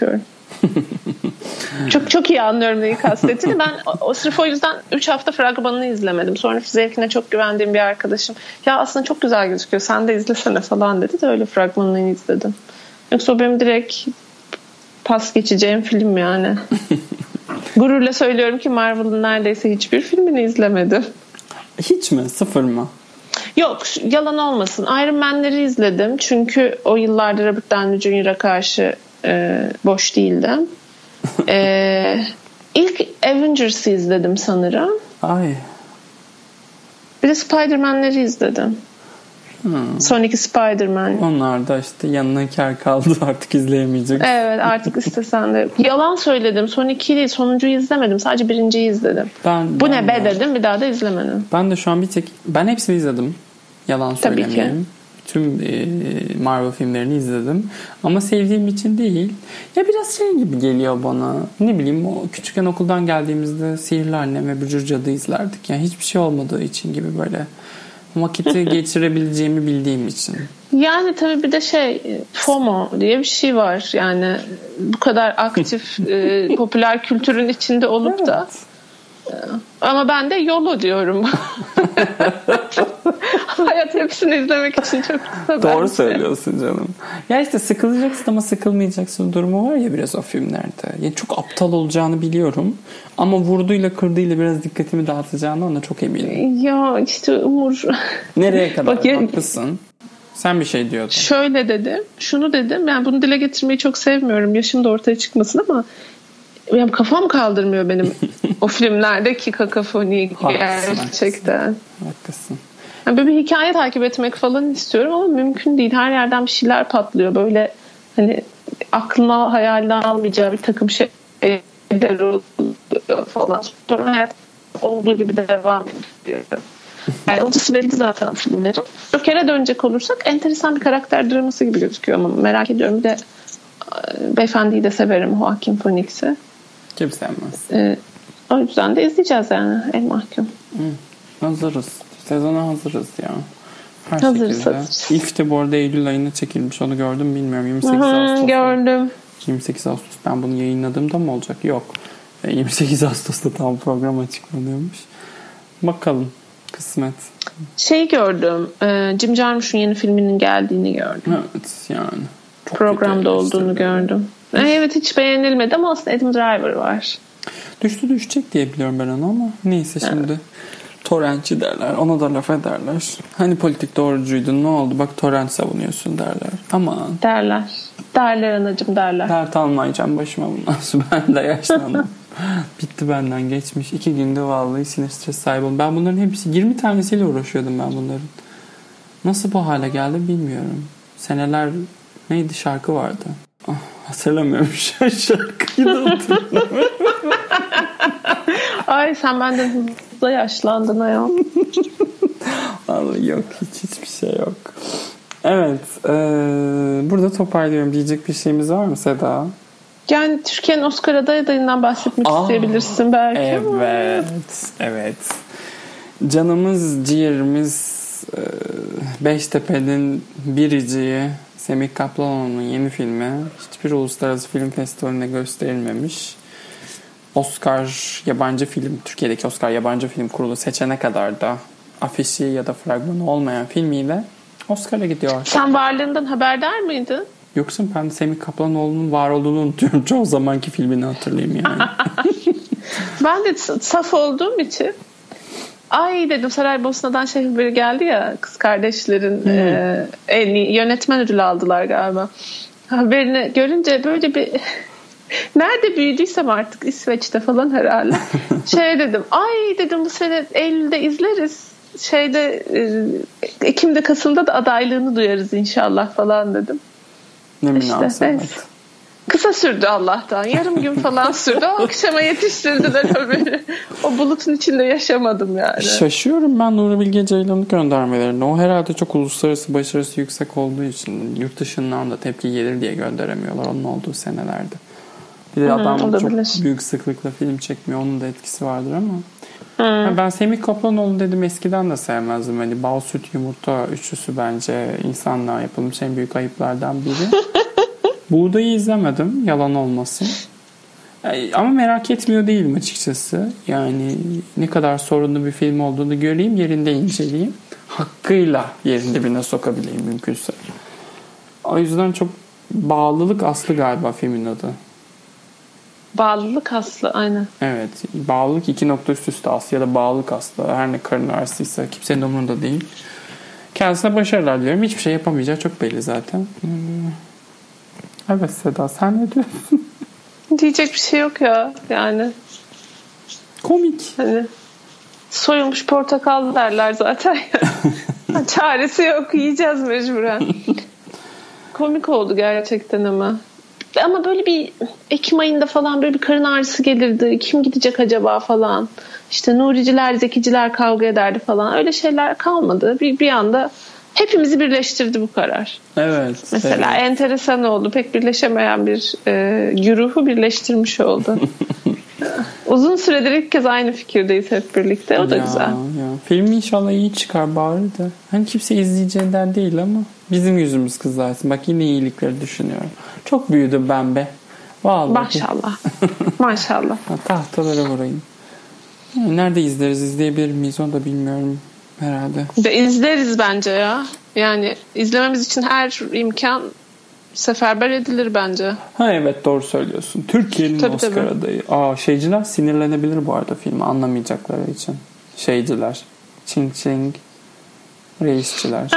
Çok çok iyi anlıyorum neyi kastettiğini. Ben sırf o yüzden 3 hafta fragmanını izlemedim. Sonra zevkine çok güvendiğim bir arkadaşım ya aslında çok güzel gözüküyor sen de izlesene falan dedi de öyle fragmanını izledim. Yoksa o benim direkt pas geçeceğim film yani. Gururla söylüyorum ki Marvel'ın neredeyse hiçbir filmini izlemedim. Hiç mi? Sıfır mı? Yok yalan olmasın. Iron Man'leri izledim. Çünkü o yıllarda Robert Downey Jr.'a karşı boş değildim. İlk Avengers'ı izledim sanırım. Ay. Bir de Spider-Man'leri izledim. Son iki Spider-Man. Onlar da işte yanına kar kaldı artık izleyemeyecek. Evet artık istesen de. Yalan söyledim. Son iki değil. Sonuncuyu izlemedim. Sadece birinciyi izledim. Bu ne be dedim. Bir daha da izlemedim. Ben de şu an ben hepsini izledim. Yalan söylemeyeyim. Tüm Marvel filmlerini izledim. Ama sevdiğim için değil. Ya biraz şey gibi geliyor bana. Ne bileyim o küçükken okuldan geldiğimizde Sihirli Annem ve Bücür Cadı izlerdik. Yani hiçbir şey olmadığı için gibi böyle vakiti geçirebileceğimi bildiğim için. Yani tabii bir de FOMO diye bir şey var. Yani bu kadar aktif popüler kültürün içinde olup da ama ben de YOLO diyorum. Hayat hepsini izlemek için çok kısa. Doğru söylüyorsun canım. Ya işte sıkılacaksın ama sıkılmayacaksın durumu var ya biraz o filmlerde. Yani çok aptal olacağını biliyorum. Ama vurduğuyla kırdığıyla biraz dikkatimi dağıtacağını ona çok eminim. Ya işte Umur. Nereye kadar? Haklısın. Sen bir şey diyordun. Şöyle dedim. Şunu dedim. Ben bunu dile getirmeyi çok sevmiyorum. Yaşım da ortaya çıkmasın ama yani kafam kaldırmıyor benim o filmlerdeki kakafoni gerçekten. Haklısın. Yani böyle bir hikaye takip etmek falan istiyorum ama mümkün değil. Her yerden bir şeyler patlıyor. Böyle hani aklına hayaline almayacağı bir takım şeyler oluyor falan. Sonra hayat olduğu gibi devam ediyor. Yani orası belli zaten filmlerin. Joker'e dönecek olursak enteresan bir karakter draması gibi gözüküyor ama merak ediyorum. Bir de beyefendiyi de severim Joaquin Phoenix'i. Kim sevmez? O yüzden de izleyeceğiz yani El Mahkum. Hazırız. Sezona hazırız ya. Her hazırız. şekilde. İlk de bu arada Eylül ayında çekilmiş. Onu gördüm bilmiyorum. 28 Ağustos. Gördüm. 28 Ağustos. Ben bunu yayınladığımda mı olacak? Yok. 28 Ağustos'ta tam program açıklanıyormuş. Bakalım. Kısmet. Gördüm. Jim Jarmusch'un yeni filminin geldiğini gördüm. Evet yani. Programda olduğunu gördüm. Evet hiç beğenilmedi ama aslında Adam Driver var. Düşecek diye biliyorum ben onu ama neyse şimdi torrentçi derler. Ona da laf ederler. Hani politik doğrucuydun ne oldu bak torrent savunuyorsun derler. Aman. Derler anacığım derler. Dert almayacağım başıma bundan. Ben de yaşlandım. Bitti benden geçmiş. 2 günde vallahi sinir stres sahibi oldum. Ben bunların hepsi 20 tanesiyle uğraşıyordum ben bunların. Nasıl bu hale geldi bilmiyorum. Seneler neydi şarkı vardı. Hatırlamıyorum şarkıyı da hatırlamıyorum. Ay sen benden hızlı yaşlandın ayol. Vallahi yok hiçbir şey yok. Evet burada toparlıyorum. Diyecek bir şeyimiz var mı Seda? Yani Türkiye'nin Oscar adayından bahsetmek isteyebilirsin belki. Evet. Canımız, ciğerimiz Beştepe'nin biriciği Semih Kaplanoğlu'nun yeni filmi hiçbir uluslararası film festivalinde gösterilmemiş. Oscar yabancı film, Türkiye'deki Oscar yabancı film kurulu seçene kadar da afişi ya da fragmanı olmayan filmiyle Oscar'a gidiyor. Sen varlığından haberdar mıydın? Yoksa ben Semih Kaplanoğlu'nun var olduğunu unutuyorum. Çoğu zamanki filmini hatırlayayım yani. Ben de saf olduğum için ay dedim Saraybosna'dan şey haberi geldi ya kız kardeşlerin en iyi yönetmen ödülü aldılar galiba. Haberini görünce böyle bir nerede büyüdüysem artık İsveç'te falan herhalde. Dedim ay dedim bu sene Eylül'de izleriz. Ekim'de Kasım'da da adaylığını duyarız inşallah falan dedim. Ne münasebet. Kısa sürdü Allah'tan. Yarım gün falan sürdü. O akşama yetiştirdiler haberi. O bulutun içinde yaşamadım yani. Şaşıyorum ben Nuri Bilge Ceylan'ı göndermelerine. O herhalde çok uluslararası başarısı yüksek olduğu için yurt dışından da tepki gelir diye gönderemiyorlar onun olduğu senelerde. Bir de adam olabilir. Çok büyük sıklıkla film çekmiyor. Onun da etkisi vardır ama. Ben Semih Kaplanoğlu dedim eskiden de sevmezdim. Hani bal, süt, yumurta üçlüsü bence insanlığa yapılmış en büyük ayıplardan biri. Buğdayı izlemedim. Yalan olmasın. Ama merak etmiyor değilim açıkçası. Yani ne kadar sorunlu bir film olduğunu göreyim, yerinde inceleyeyim. Hakkıyla yerin dibine sokabileyim mümkünse. O yüzden çok bağlılık aslı galiba filmin adı. Bağlılık aslı, aynen. Evet. Bağlılık 2 nokta üst üste aslı ya da bağlılık aslı. Her ne karın ağrısıysa kimsenin umurunda değil. Kendisine başarılar diliyorum. Hiçbir şey yapamayacağı çok belli zaten. Evet Seda, sen ne diyorsun? Diyecek bir şey yok ya yani. Komik. Hani soyulmuş portakal derler zaten. Çaresi yok, yiyeceğiz mecburen. Komik oldu gerçekten ama. Ama böyle bir Ekim ayında falan böyle bir karın ağrısı gelirdi. Kim gidecek acaba falan. İşte Nuriciler, Zekiciler kavga ederdi falan. Öyle şeyler kalmadı. Bir anda hepimizi birleştirdi bu karar. Evet. Mesela evet. Enteresan oldu. Pek birleşemeyen bir güruhu birleştirmiş oldu. Uzun süredir ilk kez aynı fikirdeyiz hep birlikte. O da güzel. Ya. Film inşallah iyi çıkar bari de. Hani kimse izleyeceğinden değil ama bizim yüzümüz kızarsın. Bak yine iyilikleri düşünüyorum. Çok büyüdüm ben be. Vallahi. Maşallah. Maşallah. Tahtalara vurayım. Yani nerede izleyebilir miyiz onu da bilmiyorum herhalde. İzleriz bence ya. Yani izlememiz için her imkan seferber edilir bence. Ha evet, doğru söylüyorsun. Türkiye'nin Oscar adayı. Şeyciler sinirlenebilir bu arada filmi anlamayacakları için. Şeyciler. Çing çing. Reisçiler.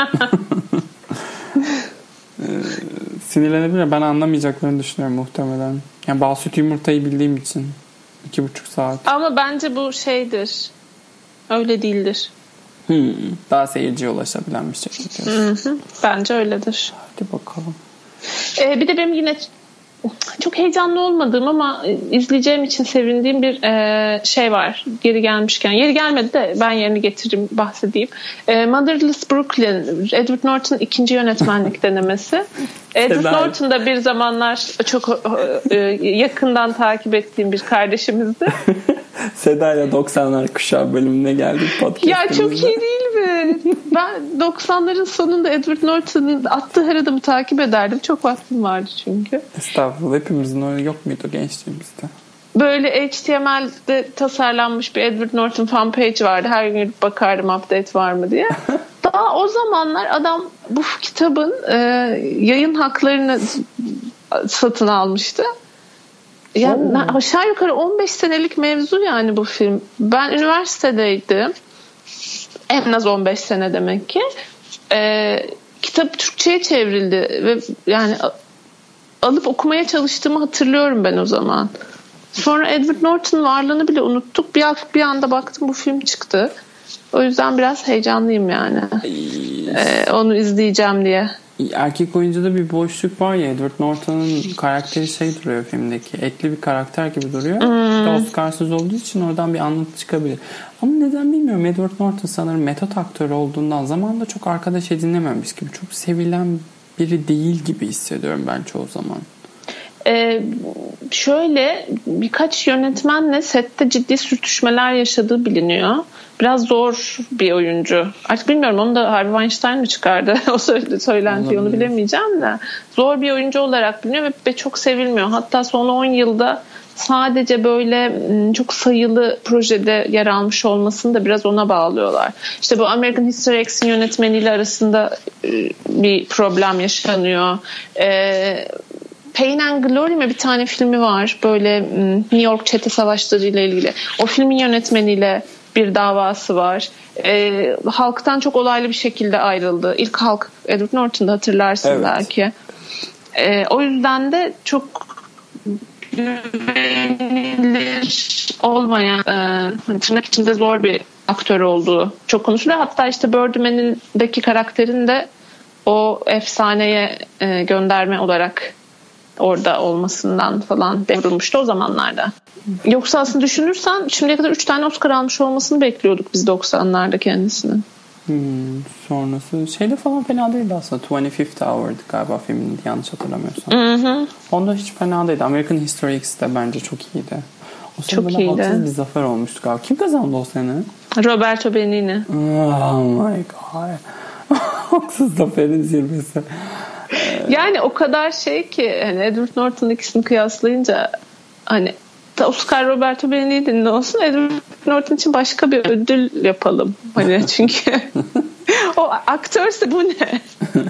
Sinirlenebilir. Ben anlamayacaklarını düşünüyorum muhtemelen. Yani bal süt yumurtayı bildiğim için. 2,5 saat. Ama bence bu şeydir. Öyle değildir. Daha seyirciye ulaşabilen bir şey diyorsun. Bence öyledir. Hadi bakalım. Bir de benim yine çok heyecanlı olmadığım ama izleyeceğim için sevindiğim bir şey var. Geri gelmişken. Yeri gelmedi de ben yerini getiririm, bahsedeyim. Motherless Brooklyn. Edward Norton ikinci yönetmenlik denemesi. Edward Norton da bir zamanlar çok yakından takip ettiğim bir kardeşimizdi. Seda ile 90'lar kuşağı bölümüne geldik podcast'ımızda. Ya çok iyi değil mi? Ben 90'ların sonunda Edward Norton'un attığı her adımı takip ederdim. Çok vaktim vardı çünkü. Estağfurullah. Hepimizin öyle yok muydu gençliğimizde? Böyle HTML'de tasarlanmış bir Edward Norton fan page vardı. Her gün bakardım update var mı diye. Daha o zamanlar adam bu kitabın yayın haklarını satın almıştı. Yani aşağı yukarı 15 senelik mevzu yani bu film. Ben üniversitedeydim. En az 15 sene demek ki. Kitap Türkçe'ye çevrildi ve yani alıp okumaya çalıştığımı hatırlıyorum ben o zaman. Sonra Edward Norton'un varlığını bile unuttuk. Bir anda baktım bu film çıktı. O yüzden biraz heyecanlıyım yani. Onu izleyeceğim diye. Erkek oyuncuda bir boşluk var ya, Edward Norton'un karakteri şey duruyor filmdeki. Etli bir karakter gibi duruyor. Oscarsız olduğu için oradan bir anlatı çıkabilir. Ama neden bilmiyorum. Edward Norton sanırım metot aktörü olduğundan zamanında çok arkadaş edinememiş gibi. Çok sevilen biri değil gibi hissediyorum ben çoğu zaman. Şöyle birkaç yönetmenle sette ciddi sürtüşmeler yaşadığı biliniyor. Biraz zor bir oyuncu. Artık bilmiyorum, onu da Harvey Weinstein mi çıkardı? O söylentiyi onu bilemeyeceğim de. Zor bir oyuncu olarak biliniyor ve çok sevilmiyor. Hatta son 10 yılda sadece böyle çok sayılı projede yer almış olmasını da biraz ona bağlıyorlar. İşte bu American History X'in yönetmeniyle arasında bir problem yaşanıyor. Pain and Glory mi bir tane filmi var. Böyle New York çete savaşları ile ilgili. O filmin yönetmeniyle bir davası var. Halktan çok olaylı bir şekilde ayrıldı. İlk Halk Edward Norton'da hatırlarsın evet. Belki. O yüzden de çok güvenilir olmayan tırnak içinde zor bir aktör olduğu çok konuşuluyor. Hatta işte Birdman'indeki karakterin de o efsaneye gönderme olarak orada olmasından falan devrılmıştı o zamanlarda. Yoksa aslında düşünürsen şimdiye kadar 3 tane Oscar almış olmasını bekliyorduk biz 90'larda kendisinin. Sonrası şeyde falan fena değildi aslında. 25th Hour'dı galiba filmin, yanlış hatırlamıyorsam. Onda hiç fena değildi. American History X de bence çok iyiydi. O sene böyle haksız bir zafer olmuştu galiba. Kim kazandı o sene? Roberto Benigni. Oh my god. Haksız zaferin zirvesi. Yani o kadar şey ki hani Edward Norton'un ikisini kıyaslayınca hani Oscar Roberto Benigni'nin ne olsun, Edward Norton için başka bir ödül yapalım. Hani çünkü o aktörse bu ne?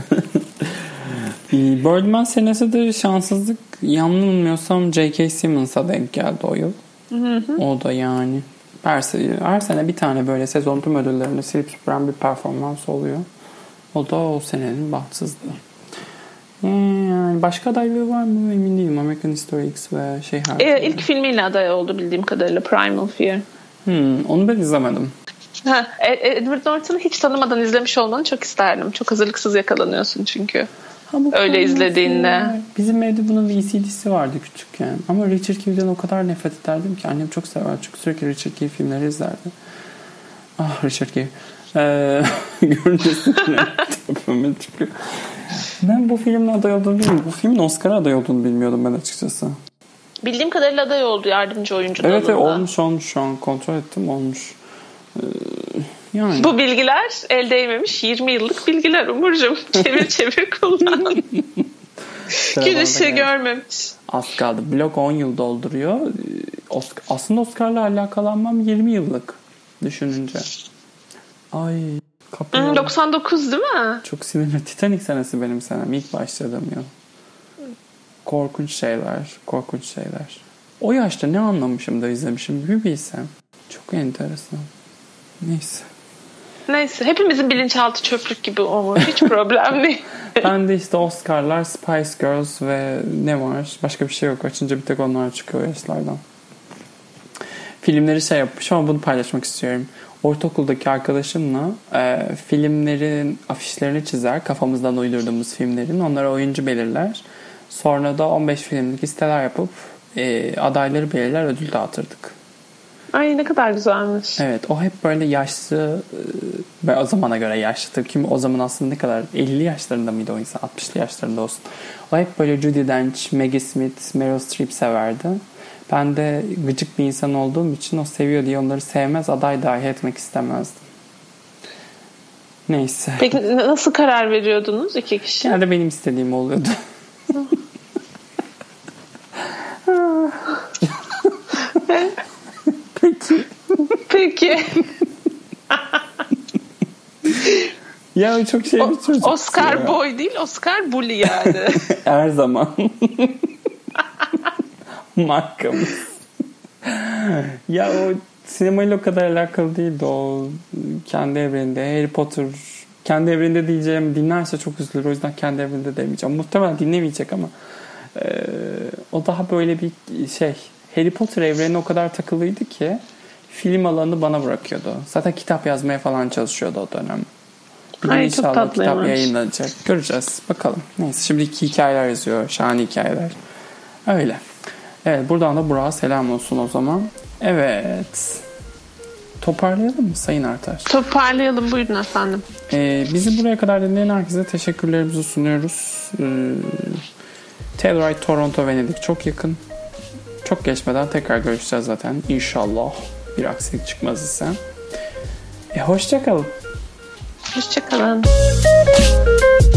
Birdman senesi de şanssızlık, yanılmıyorsam J.K. Simmons'a denk geldi o yıl. O da yani her sene bir tane böyle sezon tüm ödüllerini silip süpüren bir performans oluyor. O da o senenin bahtsızlığı. Yani başka adaylığı var mı emin değilim. American History X ve şey haricinde. İlk filmiyle aday oldu bildiğim kadarıyla, Primal Fear. Onu ben izlemedim. Edward Norton'u hiç tanımadan izlemiş olmanı çok isterdim. Çok hazırlıksız yakalanıyorsun çünkü. Öyle izlediğinde. Bizim evde bunun VCD'si vardı küçükken. Ama Richard Keeve'den o kadar nefret ederdim ki. Annem çok sever. Çünkü sürekli Richard Keeve filmleri izlerdi. Ah, Richard Keeve. Görünce tepeme çıkıyor. Ben bu filmin aday olduğunu bilmiyorum. Bu filmin Oscar'a aday olduğunu bilmiyordum ben açıkçası. Bildiğim kadarıyla aday oldu yardımcı oyuncu dalında. Evet, olmuş şu an kontrol ettim, olmuş. Yani. Bu bilgiler el değmemiş 20 yıllık bilgiler Umurcuğum. Çevir kullan. Gün ışığı görmemiş. Az kaldı. Blok 10 yıl dolduruyor. Aslında Oscar'la alakalanmam 20 yıllık düşününce. Ay. 99 değil mi? Çok sinirli. Titanic senesi benim senem. İlk başladığım yıl. Korkunç şeyler. O yaşta ne anlamışım da izlemişim bir bilsem. Çok enteresan. Neyse. Hepimizin bilinçaltı çöplük gibi olmuş. Hiç problem değil. Ben de işte Oscar'lar, Spice Girls ve ne var? Başka bir şey yok. Açınca bir tek onlar çıkıyor yaşlardan. Filmleri şey yapmış ama bunu paylaşmak istiyorum. Ortaokuldaki arkadaşımla filmlerin afişlerini çizer. Kafamızdan uydurduğumuz filmlerin. Onlara oyuncu belirler. Sonra da 15 filmlik listeler yapıp adayları belirler, ödül dağıtırdık. Ay ne kadar güzelmiş. Evet, o hep böyle yaşlı ve o zamana göre yaşlı. Kim o zaman aslında ne kadar 50 yaşlarında mıydı o insan? 60'lı yaşlarında olsun. O hep böyle Judi Dench, Maggie Smith, Meryl Streep severdi. Ben de gıcık bir insan olduğum için o seviyor diye onları sevmez, aday dahi etmek istemezdim. Neyse. Peki nasıl karar veriyordunuz iki kişi? Genelde benim istediğim oluyordu. Peki. Ya çok şey bir çocuk. Oscar ya. Boy değil, Oscar bully yani. Her zaman. Markamız. Ya o sinemayla o kadar alakalı değildi. O kendi evreninde. Harry Potter kendi evreninde diyeceğim, dinlerse çok üzülür. O yüzden kendi evreninde demeyeceğim. Muhtemelen dinlemeyecek ama o daha böyle bir şey. Harry Potter evrenine o kadar takılıydı ki film alanını bana bırakıyordu. Zaten kitap yazmaya falan çalışıyordu o dönem. Ay, inşallah kitap yayınlanacak. Göreceğiz. Bakalım. Neyse, şimdi hikayeler yazıyor. Şahane hikayeler. Öyle. Evet, buradan da Burak'a selam olsun o zaman. Evet. Toparlayalım mı Sayın Artaş? Toparlayalım, buyurun efendim. Bizi buraya kadar dinleyen herkese teşekkürlerimizi sunuyoruz. Telluride, Toronto, Venedik çok yakın. Çok geçmeden tekrar görüşeceğiz zaten. İnşallah bir aksilik çıkmaz ise. Hoşça kalın. Hoşça kalın.